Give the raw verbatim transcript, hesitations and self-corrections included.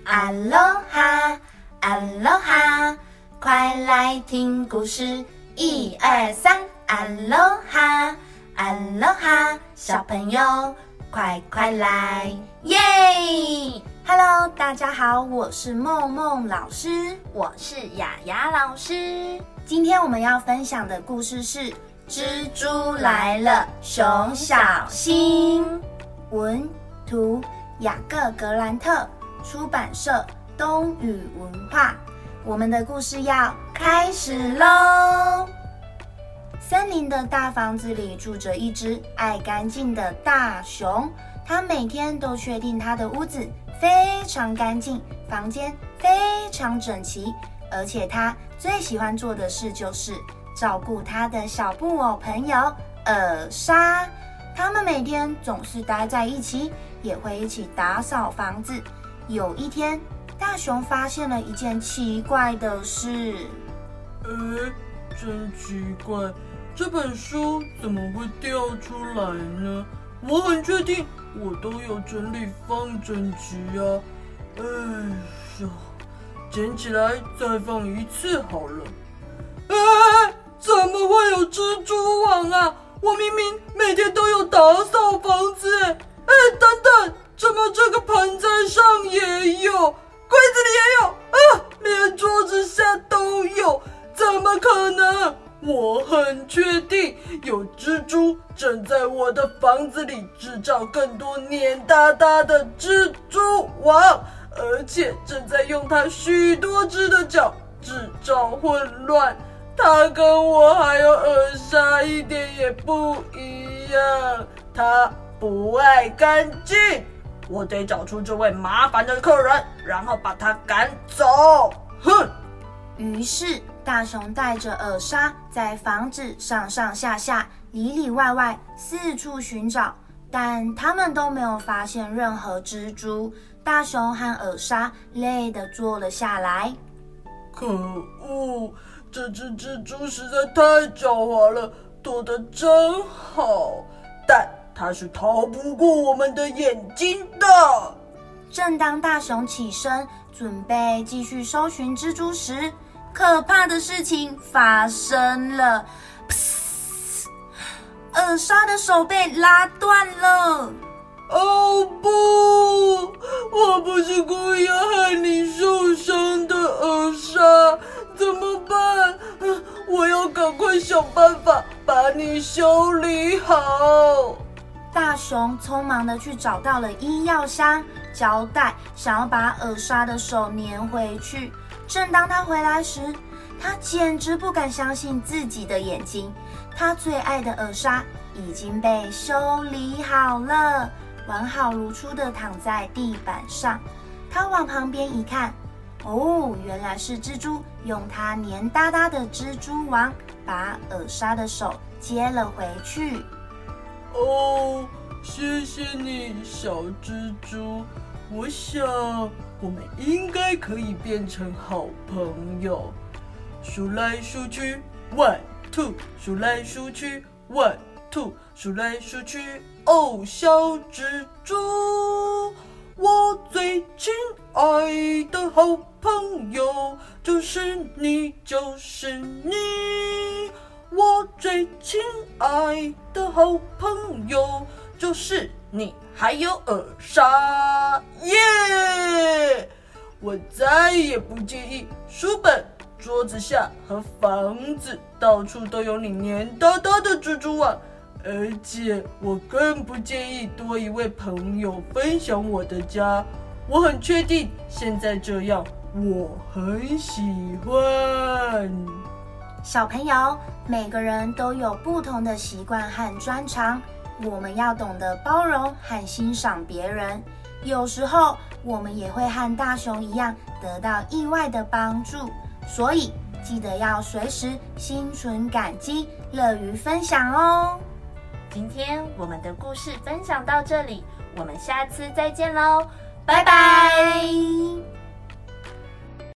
阿罗哈，阿罗哈，快来听故事，一二三，阿罗哈，阿罗哈，小朋友快快来，耶 ！Hello， 大家好，我是梦梦老师， 我是雅雅老师。 今天我们要分享的故事是《蜘蛛来了，熊小心》，文图雅各·格兰特，出版社东宇文化。我们的故事要开始咯。森林的大房子里住着一只爱干净的大熊，它每天都确定它的屋子非常干净，房间非常整齐，而且它最喜欢做的事就是照顾它的小布偶朋友尔莎。他们每天总是待在一起，也会一起打扫房子。有一天，大熊发现了一件奇怪的事。 哎，真奇怪，这本书怎么会掉出来呢？我很确定我都有整理放整齐啊。哎呀，捡起来再放一次好了。哎，怎么会有蜘蛛网啊？我明明每天都有打扫房子。哎，等等，怎么这个盆栽上也有，柜子里也有啊，连桌子下都有，怎么可能？我很确定有蜘蛛正在我的房子里制造更多黏哒哒的蜘蛛网，而且正在用它许多只的脚制造混乱。它跟我还有尔莎一点也不一样，它不爱干净。我得找出这位麻烦的客人，然后把他赶走。哼！ 于是大熊带着尔莎在房子上上下下、里里外外四处寻找，但他们都没有发现任何蜘蛛。大熊和尔莎累得坐了下来。 可恶！这只蜘蛛实在太狡猾了，躲得真好，但它是逃不过我们的眼睛的。 正当大熊起身准备继续搜寻蜘蛛时，可怕的事情发生了。尔莎的手被拉断了。 哦不，我不是故意要害你受伤的，尔莎，怎么办？我要赶快想办法把你修理好。 大熊匆忙地去找到了医药箱、胶带，想要把尔莎的手粘回去。正当他回来时，他简直不敢相信自己的眼睛，他最爱的尔莎已经被修理好了，完好如初地躺在地板上。他往旁边一看，哦，原来是蜘蛛用它黏哒哒的蜘蛛网把尔莎的手接了回去。 哦，谢谢你，小蜘蛛。我想我们应该可以变成好朋友。数来数去 ，one two， 数来数去 ，one two， 数来数去。哦，小蜘蛛，我最亲爱的好朋友，就是你，就是你。我最亲爱的好朋友就是你，还有尔莎，耶！我再也不介意书本、桌子下和房子到处都有你黏哒哒的蜘蛛网，而且我更不介意多一位朋友分享我的家。我很确定现在这样我很喜欢。 小朋友，每个人都有不同的习惯和专长，我们要懂得包容和欣赏别人。有时候我们也会和大熊一样得到意外的帮助，所以记得要随时心存感激，乐于分享哦。 今天我们的故事分享到这里，我们下次再见喽， 拜拜。